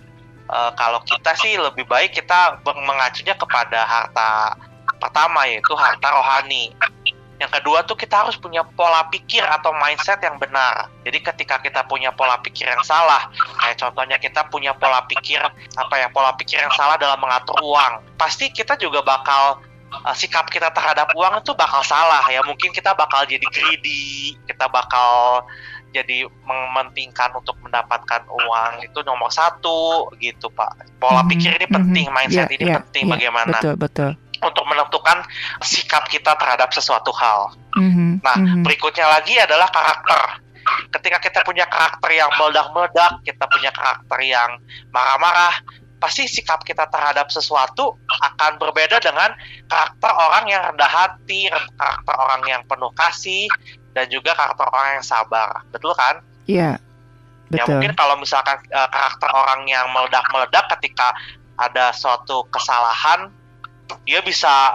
kalau kita sih lebih baik kita mengacunya kepada harta pertama, yaitu harta rohani. Yang kedua tuh kita harus punya pola pikir atau mindset yang benar. Jadi ketika kita punya pola pikir yang salah, kayak contohnya kita punya pola pikir yang salah dalam mengatur uang, pasti kita juga bakal sikap kita terhadap uang itu bakal salah ya. Mungkin kita bakal jadi greedy, kita bakal jadi mementingkan untuk mendapatkan uang itu nomor satu gitu Pak. Pola pikir ini penting, mindset ini penting bagaimana betul. Untuk menentukan sikap kita terhadap sesuatu hal. Nah, berikutnya lagi adalah karakter. Ketika kita punya karakter yang meledak-meledak, kita punya karakter yang marah-marah, pasti sikap kita terhadap sesuatu akan berbeda dengan karakter orang yang rendah hati, karakter orang yang penuh kasih, dan juga karakter orang yang sabar. Betul kan? Iya, betul. Ya mungkin kalau misalkan karakter orang yang meledak-meledak ketika ada suatu kesalahan, dia bisa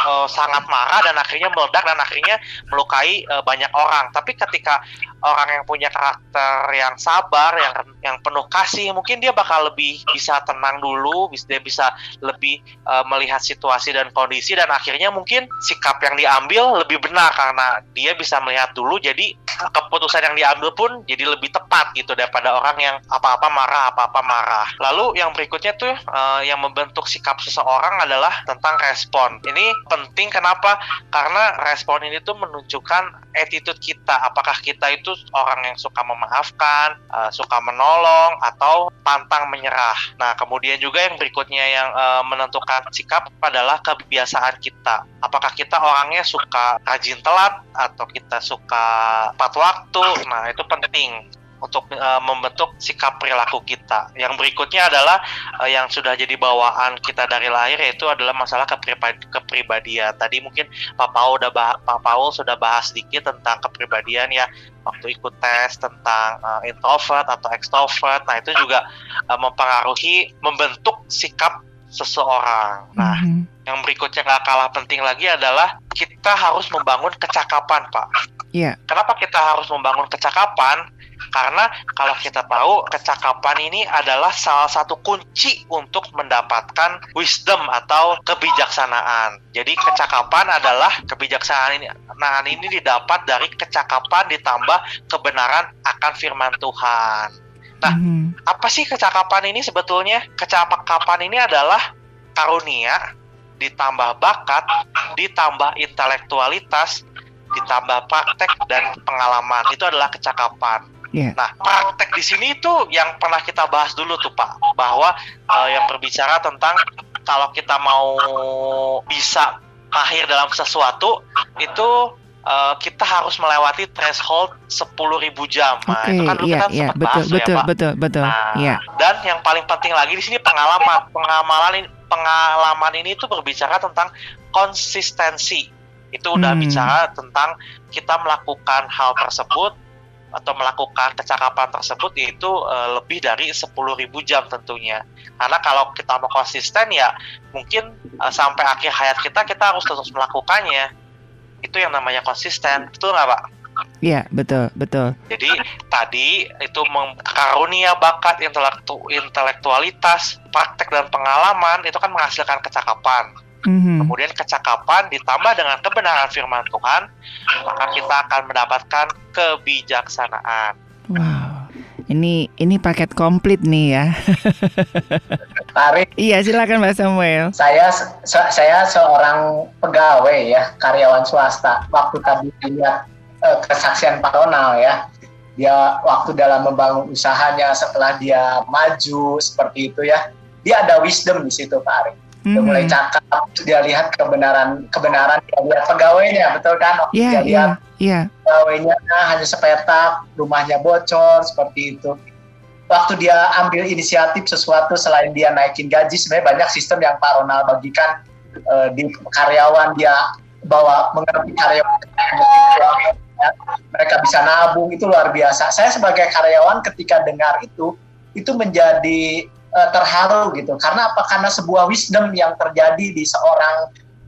sangat marah dan akhirnya meledak dan akhirnya melukai banyak orang. Tapi ketika orang yang punya karakter yang sabar, yang penuh kasih, mungkin dia bakal lebih bisa tenang dulu, dia bisa lebih melihat situasi dan kondisi, dan akhirnya mungkin sikap yang diambil lebih benar karena dia bisa melihat dulu, jadi keputusan yang diambil pun jadi lebih tepat gitu daripada orang yang apa-apa marah. Lalu yang berikutnya tuh yang membentuk sikap seseorang adalah tentang respon. Ini penting, kenapa? Karena respon ini tuh menunjukkan attitude kita, apakah kita itu orang yang suka memaafkan, suka menolong, atau pantang menyerah. Nah, kemudian juga yang berikutnya yang menentukan sikap adalah kebiasaan kita. Apakah kita orangnya suka rajin telat, atau kita suka tepat waktu. Nah, itu penting untuk membentuk sikap perilaku kita. Yang berikutnya adalah yang sudah jadi bawaan kita dari lahir, yaitu adalah masalah kepribadian. Tadi mungkin Pak Paul sudah bahas sedikit tentang kepribadian ya, waktu ikut tes tentang introvert atau extrovert. Nah, itu juga mempengaruhi membentuk sikap seseorang. Nah, yang berikutnya gak kalah penting lagi adalah kita harus membangun kecakapan, Pak. Iya. Kenapa kita harus membangun kecakapan? Karena kalau kita tahu, kecakapan ini adalah salah satu kunci untuk mendapatkan wisdom atau kebijaksanaan. Jadi kecakapan adalah kebijaksanaan ini didapat dari kecakapan ditambah kebenaran akan firman Tuhan. Nah, apa sih kecakapan ini sebetulnya? Kecakapan ini adalah karunia ditambah bakat, ditambah intelektualitas, ditambah praktek dan pengalaman. Itu adalah kecakapan. Yeah. Nah, praktek di sini itu yang pernah kita bahas dulu tuh, Pak, bahwa yang berbicara tentang kalau kita mau bisa mahir dalam sesuatu itu kita harus melewati threshold 10.000 jam. Nah, itu kan kita sempat bahas ya, Pak. Betul. Nah, dan yang paling penting lagi di sini pengalaman. Pengalaman ini itu berbicara tentang konsistensi. Itu udah bicara tentang kita melakukan hal tersebut atau melakukan kecakapan tersebut, yaitu lebih dari 10.000 jam tentunya. Karena kalau kita mau konsisten ya mungkin sampai akhir hayat kita harus terus melakukannya. Itu yang namanya konsisten. Betul nggak, Pak? Iya, betul. Jadi tadi itu karunia, bakat, intelektualitas, praktek dan pengalaman itu kan menghasilkan kecakapan. Kemudian kecakapan ditambah dengan kebenaran firman Tuhan, maka kita akan mendapatkan kebijaksanaan. Wow, ini paket komplit nih ya. Tarik. Iya, silakan Mbak Samuel. Saya seorang pegawai ya, karyawan swasta. Waktu tadi lihat kesaksian Pak Ronald ya, dia waktu dalam membangun usahanya setelah dia maju seperti itu ya, dia ada wisdom di situ, Pak Ari. Dia mulai cakap, dia lihat kebenaran dia lihat pegawainya, betul kan? Dia lihat pegawainya hanya sepetak, rumahnya bocor, seperti itu. Waktu dia ambil inisiatif sesuatu selain dia naikin gaji, sebenarnya banyak sistem yang Pak Ronald bagikan di karyawan, dia bawa mengerti karyawan, mereka bisa nabung, itu luar biasa. Saya sebagai karyawan ketika dengar itu menjadi terharu gitu. Karena apa? Karena sebuah wisdom yang terjadi di seorang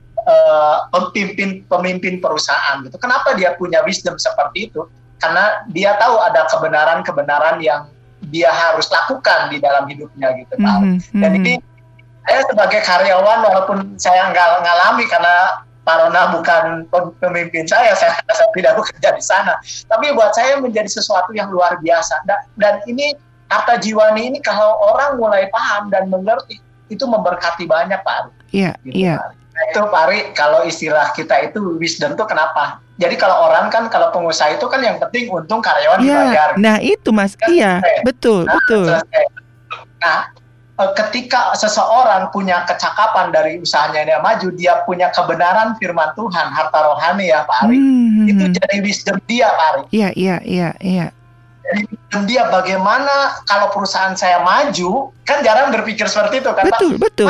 pemimpin perusahaan gitu. Kenapa dia punya wisdom seperti itu? Karena dia tahu ada kebenaran-kebenaran yang dia harus lakukan di dalam hidupnya gitu, Pak. Dan ini saya sebagai karyawan, walaupun saya nggak ngalami karena Pak Rona bukan pemimpin saya tidak bekerja di sana. Tapi buat saya menjadi sesuatu yang luar biasa. Dan ini harta jiwani ini kalau orang mulai paham dan mengerti, itu memberkati banyak, Pak Ari. Iya, gitu, iya. Nah, itu Pak Ari, kalau istilah kita itu wisdom itu kenapa? Jadi kalau orang kan, kalau pengusaha itu kan yang penting untung karyawan dibayar. Nah itu Mas, iya, betul. Nah, ketika seseorang punya kecakapan dari usahanya dia maju, dia punya kebenaran firman Tuhan, harta rohani ya Pak Ari, itu jadi wisdom dia, Pak Ari. Iya. Jadi dia bagaimana kalau perusahaan saya maju, kan jarang berpikir seperti itu kan, betul.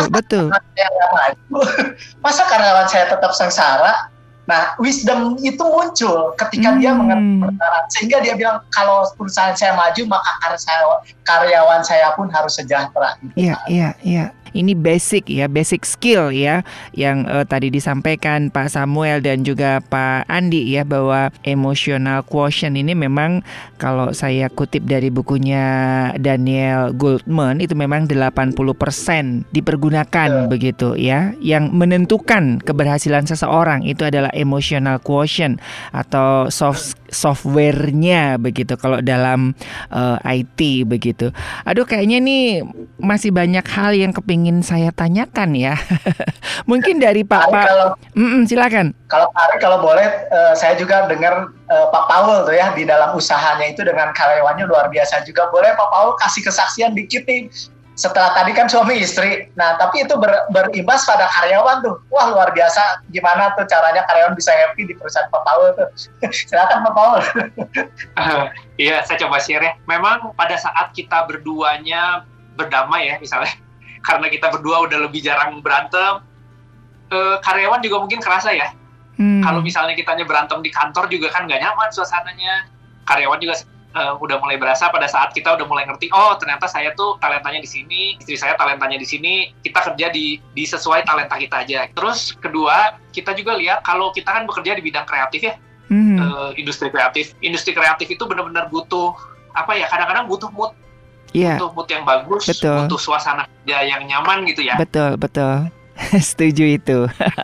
Masa karyawan saya tetap sengsara? Nah, wisdom itu muncul ketika dia mengerti kebenaran, sehingga dia bilang kalau perusahaan saya maju, maka karyawan saya pun harus sejahtera. Iya. Ini basic ya, basic skill ya yang tadi disampaikan Pak Samuel dan juga Pak Andi ya, bahwa emotional quotient ini memang kalau saya kutip dari bukunya Daniel Goleman itu memang 80% dipergunakan begitu ya. Yang menentukan keberhasilan seseorang itu adalah emotional quotient atau software-nya begitu kalau dalam IT begitu. Aduh, kayaknya nih masih banyak hal yang kepingin saya tanyakan ya. Mungkin dari Pak silakan. Kalau Pak Ari, kalau boleh saya juga dengar Pak Paul tuh ya di dalam usahanya itu dengan karyawannya luar biasa juga. Boleh Pak Paul kasih kesaksian dikit nih. Setelah tadi kan suami istri, nah tapi itu berimbas pada karyawan tuh. Wah, luar biasa, gimana tuh caranya karyawan bisa happy di perusahaan Pak Paul tuh. Silakan Pak Paul. Iya, saya coba share ya. Memang pada saat kita berduanya berdamai ya misalnya, karena kita berdua udah lebih jarang berantem, karyawan juga mungkin kerasa ya. Kalau misalnya kitanya berantem di kantor juga kan nggak nyaman suasananya. Karyawan juga udah mulai berasa pada saat kita udah mulai ngerti, oh ternyata saya tuh talentanya di sini, istri saya talentanya di sini, kita kerja di sesuai talenta kita aja. Terus kedua, kita juga lihat kalau kita kan bekerja di bidang kreatif ya, industri kreatif itu benar-benar butuh apa ya, kadang-kadang butuh mood, butuh mood yang bagus, butuh suasana kerja yang nyaman gitu ya. Betul. Setuju itu.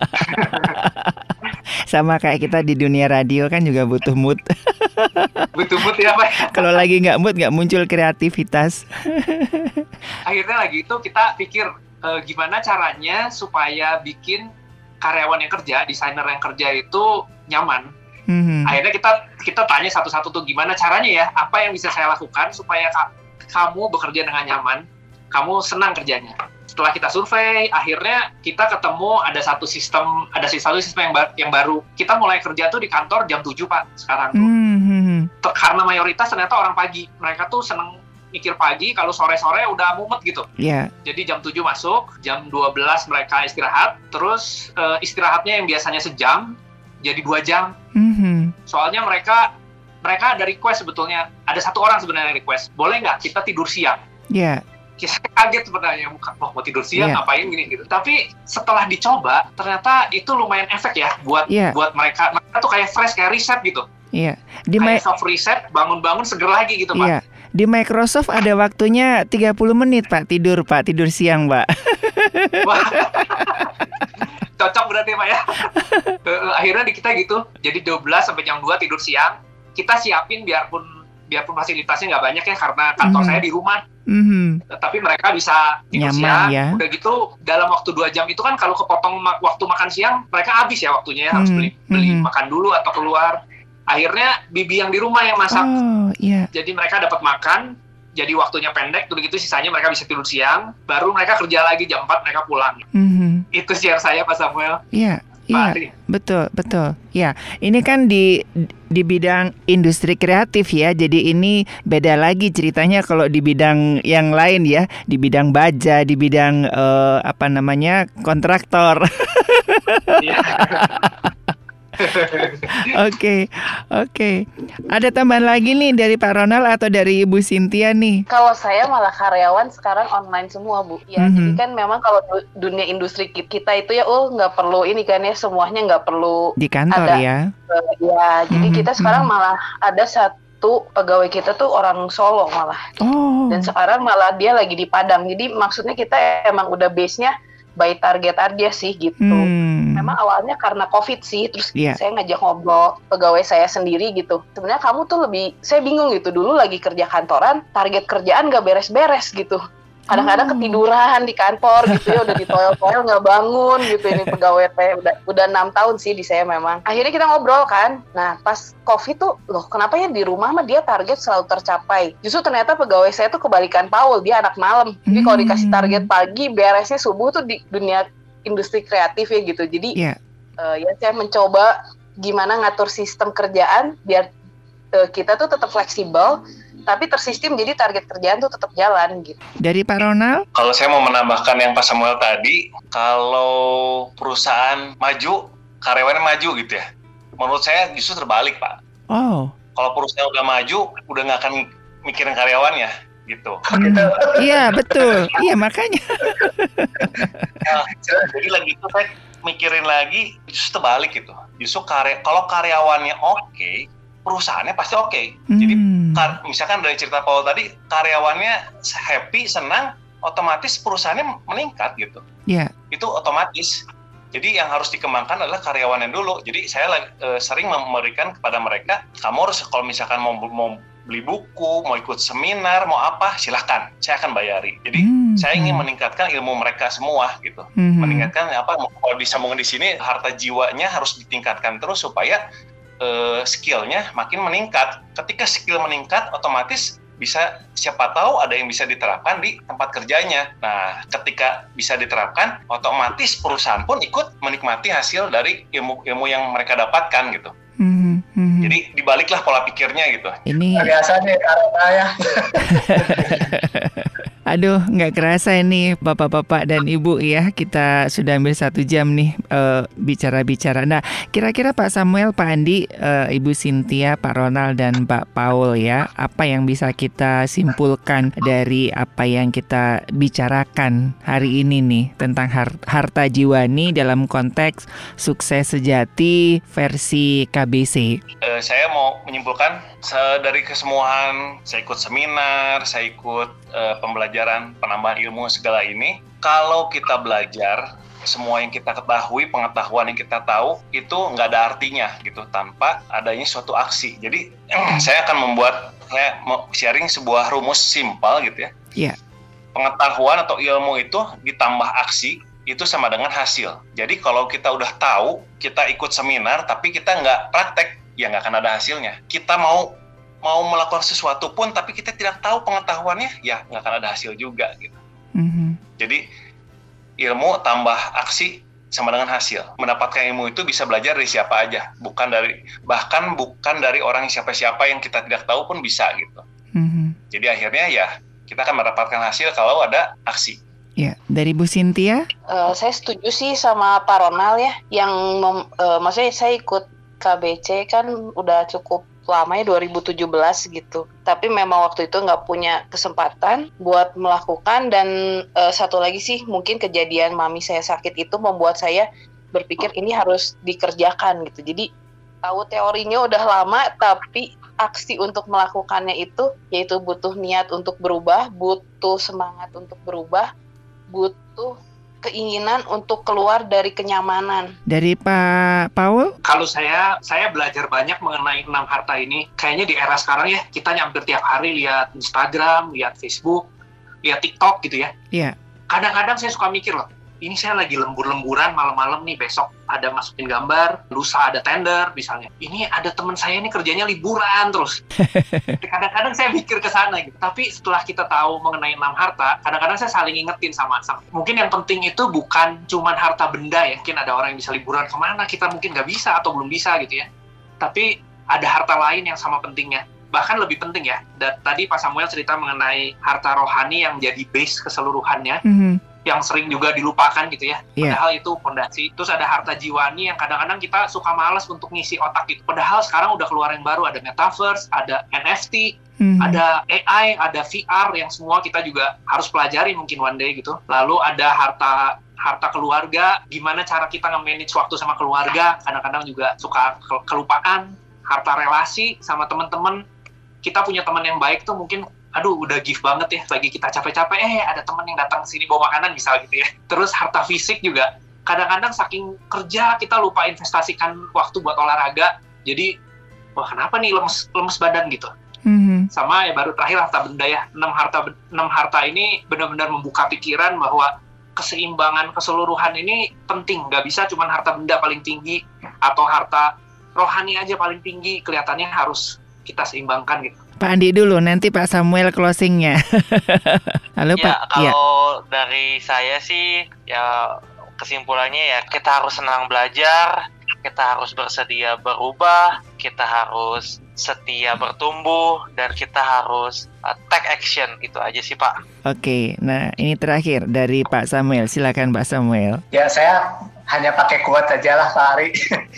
Sama kayak kita di dunia radio kan juga butuh mood. Butuh mood ya Pak. Kalau lagi nggak mood nggak muncul kreativitas. Akhirnya lagi itu kita pikir gimana caranya supaya bikin karyawan yang kerja, desainer yang kerja itu nyaman. Akhirnya kita tanya satu-satu tuh gimana caranya ya, apa yang bisa saya lakukan supaya kamu bekerja dengan nyaman, kamu senang kerjanya. Setelah kita survei, akhirnya kita ketemu ada satu sistem yang baru. Kita mulai kerja tuh di kantor jam 7 Pak sekarang tuh. Karena mayoritas ternyata orang pagi. Mereka tuh seneng mikir pagi, kalau sore-sore udah mumet gitu. Jadi jam 7 masuk, jam 12 mereka istirahat, terus istirahatnya yang biasanya sejam jadi 2 jam. Soalnya mereka ada request sebetulnya. Ada satu orang sebenarnya request, boleh nggak kita tidur siang? Saya kaget sebenarnya, mau tidur siang ngapain gini gitu. Tapi setelah dicoba ternyata itu lumayan efek ya buat mereka tuh kayak fresh, kayak reset gitu. Kayak soft reset, bangun-bangun seger lagi gitu Pak. Di Microsoft ada waktunya 30 menit Pak tidur siang Pak. Cocok berarti Pak ya. Akhirnya di kita gitu, jadi 12 sampai jam 2 tidur siang. Kita siapin biarpun fasilitasnya nggak banyak ya, karena kantor saya di rumah. Tapi mereka bisa tidur siang, udah gitu dalam waktu 2 jam itu kan kalau kepotong waktu makan siang, mereka habis ya waktunya ya, harus beli makan dulu atau keluar. Akhirnya bibi yang di rumah yang masak. Jadi mereka dapat makan, jadi waktunya pendek, udah gitu sisanya mereka bisa tidur siang, baru mereka kerja lagi jam 4 mereka pulang. Itu share saya Pak Samuel. Betul. Ya, ini kan di bidang industri kreatif ya. Jadi ini beda lagi ceritanya kalau di bidang yang lain ya, di bidang baja, di bidang kontraktor. Oke. Ada tambahan lagi nih dari Pak Ronald atau dari Ibu Cynthia nih? Kalau saya malah karyawan sekarang online semua Bu. Ya, jadi kan memang kalau dunia industri kita itu ya, nggak perlu ini kan ya, semuanya nggak perlu di kantor ya. Jadi kita sekarang malah ada satu pegawai kita tuh orang Solo malah. Dan sekarang malah dia lagi di Padang. Jadi maksudnya kita emang udah base-nya by target aja sih gitu. Memang awalnya karena COVID sih, terus saya ngajak ngobrol pegawai saya sendiri gitu. Sebenarnya kamu tuh saya bingung gitu, dulu lagi kerja kantoran, target kerjaan gak beres-beres gitu. Kadang-kadang ketiduran di kantor gitu ya, udah ditoel-toel nggak bangun gitu. Ini pegawai saya udah 6 tahun sih di saya memang. Akhirnya kita ngobrol kan. Nah pas COVID tuh, loh kenapa ya di rumah mah dia target selalu tercapai. Justru ternyata pegawai saya tuh kebalikan Paul, dia anak malam. Jadi kalau dikasih target pagi, beresnya subuh tuh di dunia industri kreatif ya gitu. Jadi ya saya mencoba gimana ngatur sistem kerjaan biar kita tuh tetap fleksibel, tapi tersistem, jadi target kerjaan tuh tetap jalan gitu. Dari Pak Ronald? Kalau saya mau menambahkan yang Pak Samuel tadi, kalau perusahaan maju, karyawannya maju gitu ya. Menurut saya justru terbalik Pak. Kalau perusahaan udah maju, udah nggak akan mikirin karyawannya gitu. Iya betul, iya makanya. Jadi lagi itu saya mikirin lagi, justru terbalik gitu. Justru kalau karyawannya oke, perusahaannya pasti oke. Jadi misalkan dari cerita Paul tadi, karyawannya happy, senang, otomatis perusahaannya meningkat gitu. Iya. Itu otomatis. Jadi yang harus dikembangkan adalah karyawannya dulu. Jadi saya sering memberikan kepada mereka, kamu harus kalau misalkan mau beli buku, mau ikut seminar, mau apa, silahkan, saya akan bayari. Jadi saya ingin meningkatkan ilmu mereka semua gitu. Meningkatkan apa? Kalau disambungin di sini, harta jiwanya harus ditingkatkan terus supaya skillnya makin meningkat. Ketika skill meningkat, otomatis bisa, siapa tahu ada yang bisa diterapkan di tempat kerjanya. Nah, ketika bisa diterapkan, otomatis perusahaan pun ikut menikmati hasil dari ilmu yang mereka dapatkan gitu. Jadi dibaliklah pola pikirnya gitu. Ini biasanya karena ya. Aduh, nggak kerasa ini bapak-bapak dan ibu ya. Kita sudah hampir 1 jam nih bicara-bicara. Nah, kira-kira Pak Samuel, Pak Andi, Ibu Cynthia, Pak Ronald, dan Pak Paul ya, apa yang bisa kita simpulkan dari apa yang kita bicarakan hari ini nih tentang harta jiwa nih dalam konteks sukses sejati versi KBC? Saya mau menyimpulkan dari kesemuaan, saya ikut seminar, saya ikut pembelajaran penambahan ilmu segala ini. Kalau kita belajar, semua yang kita ketahui, pengetahuan yang kita tahu itu nggak ada artinya gitu tanpa adanya suatu aksi. Jadi saya mau sharing sebuah rumus simpel gitu ya. Iya. Pengetahuan atau ilmu itu ditambah aksi itu sama dengan hasil. Jadi kalau kita udah tahu, kita ikut seminar tapi kita nggak praktek, ya nggak akan ada hasilnya. Kita mau melakukan sesuatu pun tapi kita tidak tahu pengetahuannya, ya nggak akan ada hasil juga gitu. Jadi ilmu tambah aksi sama dengan hasil. Mendapatkan ilmu itu bisa belajar dari siapa aja, bahkan bukan dari orang siapa-siapa yang kita tidak tahu pun bisa gitu. Jadi akhirnya ya kita akan mendapatkan hasil kalau ada aksi. Ya, dari Bu Cynthia? Saya setuju sih sama Pak Ronald ya, yang maksudnya saya ikut KBC kan udah cukup lama ya, 2017 gitu. Tapi memang waktu itu nggak punya kesempatan buat melakukan, dan satu lagi sih mungkin kejadian mami saya sakit itu membuat saya berpikir ini harus dikerjakan gitu. Jadi tahu teorinya udah lama, tapi aksi untuk melakukannya itu yaitu butuh niat untuk berubah, butuh semangat untuk berubah, butuh keinginan untuk keluar dari kenyamanan. Dari Pak Paul? Kalau saya belajar banyak mengenai 6 harta ini. Kayaknya di era sekarang ya, kita hampir tiap hari lihat Instagram, lihat Facebook, lihat TikTok gitu ya. Iya. Kadang-kadang saya suka mikir loh, ini saya lagi lembur-lemburan malam-malam nih, besok ada masukin gambar, lusa ada tender misalnya. Ini ada teman saya nih kerjanya liburan terus. Kadang-kadang saya mikir ke sana gitu. Tapi setelah kita tahu mengenai 6 harta, kadang-kadang saya saling ingetin sama. Mungkin yang penting itu bukan cuman harta benda ya. Mungkin ada orang yang bisa liburan kemana, kita mungkin nggak bisa atau belum bisa gitu ya. Tapi ada harta lain yang sama pentingnya. Bahkan lebih penting ya. Dan tadi Pak Samuel cerita mengenai harta rohani yang jadi base keseluruhannya. Yang sering juga dilupakan gitu ya. Padahal itu fondasi. Terus ada harta jiwani yang kadang-kadang kita suka malas untuk ngisi otak gitu. Padahal sekarang udah keluar yang baru, ada metaverse, ada NFT, ada AI, ada VR yang semua kita juga harus pelajari mungkin one day gitu. Lalu ada harta keluarga, gimana cara kita nge-manage waktu sama keluarga, kadang-kadang juga suka kelupaan. Harta relasi sama teman-teman. Kita punya teman yang baik tuh mungkin udah gift banget ya, lagi kita capek-capek, ada teman yang datang sini bawa makanan misal gitu ya. Terus harta fisik juga, kadang-kadang saking kerja kita lupa investasikan waktu buat olahraga, jadi wah kenapa nih lemes badan gitu. Sama ya baru terakhir harta benda ya, 6 harta ini benar-benar membuka pikiran bahwa keseimbangan keseluruhan ini penting, nggak bisa cuma harta benda paling tinggi atau harta rohani aja paling tinggi, kelihatannya harus kita seimbangkan gitu. Pak Andi dulu, nanti Pak Samuel closingnya. Halo ya, Pak. Kalau dari saya sih, ya kesimpulannya ya kita harus senang belajar, kita harus bersedia berubah, kita harus setia bertumbuh, dan kita harus take action. Itu aja sih Pak. Oke, nah ini terakhir dari Pak Samuel. Silakan Pak Samuel. Ya saya hanya pakai quote aja lah Pak Ari.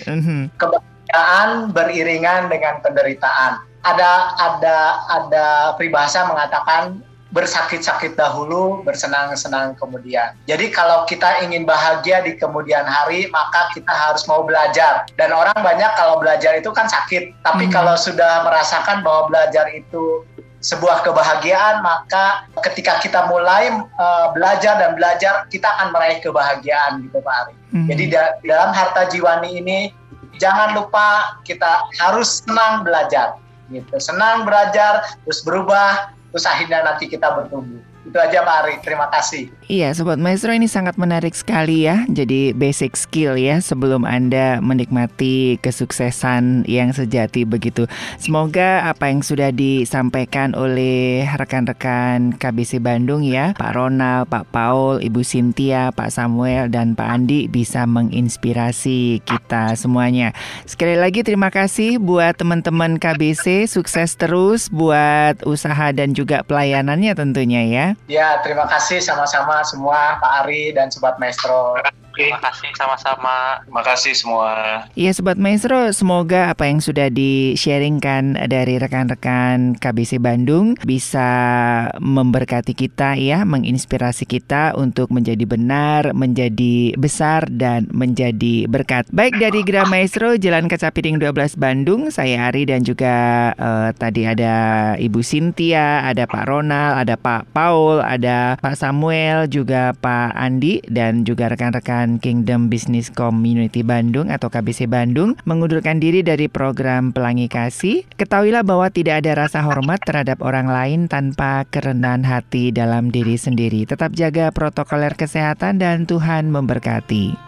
Kebahagiaan beriringan dengan penderitaan. Ada peribahasa mengatakan bersakit-sakit dahulu, bersenang-senang kemudian. Jadi kalau kita ingin bahagia di kemudian hari, maka kita harus mau belajar. Dan orang banyak kalau belajar itu kan sakit. Tapi kalau sudah merasakan bahwa belajar itu sebuah kebahagiaan, maka ketika kita mulai belajar dan belajar, kita akan meraih kebahagiaan gitu Pak Ari. Jadi dalam Harta Jiwani ini, jangan lupa kita harus senang belajar. Gitu. Senang belajar, terus berubah, terus akhirnya nanti kita bertumbuh. Itu aja Pak Ari, terima kasih. Iya Sobat Maestro, ini sangat menarik sekali ya. Jadi basic skill ya sebelum Anda menikmati kesuksesan yang sejati begitu. Semoga apa yang sudah disampaikan oleh rekan-rekan KBC Bandung ya, Pak Ronald, Pak Paul, Ibu Cynthia, Pak Samuel, dan Pak Andi bisa menginspirasi kita semuanya. Sekali lagi terima kasih buat teman-teman KBC, sukses terus buat usaha dan juga pelayanannya tentunya ya. Ya, terima kasih sama-sama semua Pak Ari dan Sobat Maestro. Terima kasih sama-sama. Terima kasih semua. Iya Sobat Maestro, semoga apa yang sudah di-sharingkan dari rekan-rekan KBC Bandung bisa memberkati kita ya, menginspirasi kita untuk menjadi benar, menjadi besar, dan menjadi berkat. Baik dari Gra Maestro, Jalan Kaca Piring 12 Bandung, saya Ari dan juga tadi ada Ibu Cynthia, ada Pak Ronald, ada Pak Paul, ada Pak Samuel, juga Pak Andi, dan juga rekan-rekan Kingdom Business Community Bandung atau KBC Bandung mengundurkan diri dari program Pelangi Kasih. Ketahuilah bahwa tidak ada rasa hormat terhadap orang lain tanpa kerendahan hati dalam diri sendiri. Tetap jaga protokoler kesehatan dan Tuhan memberkati.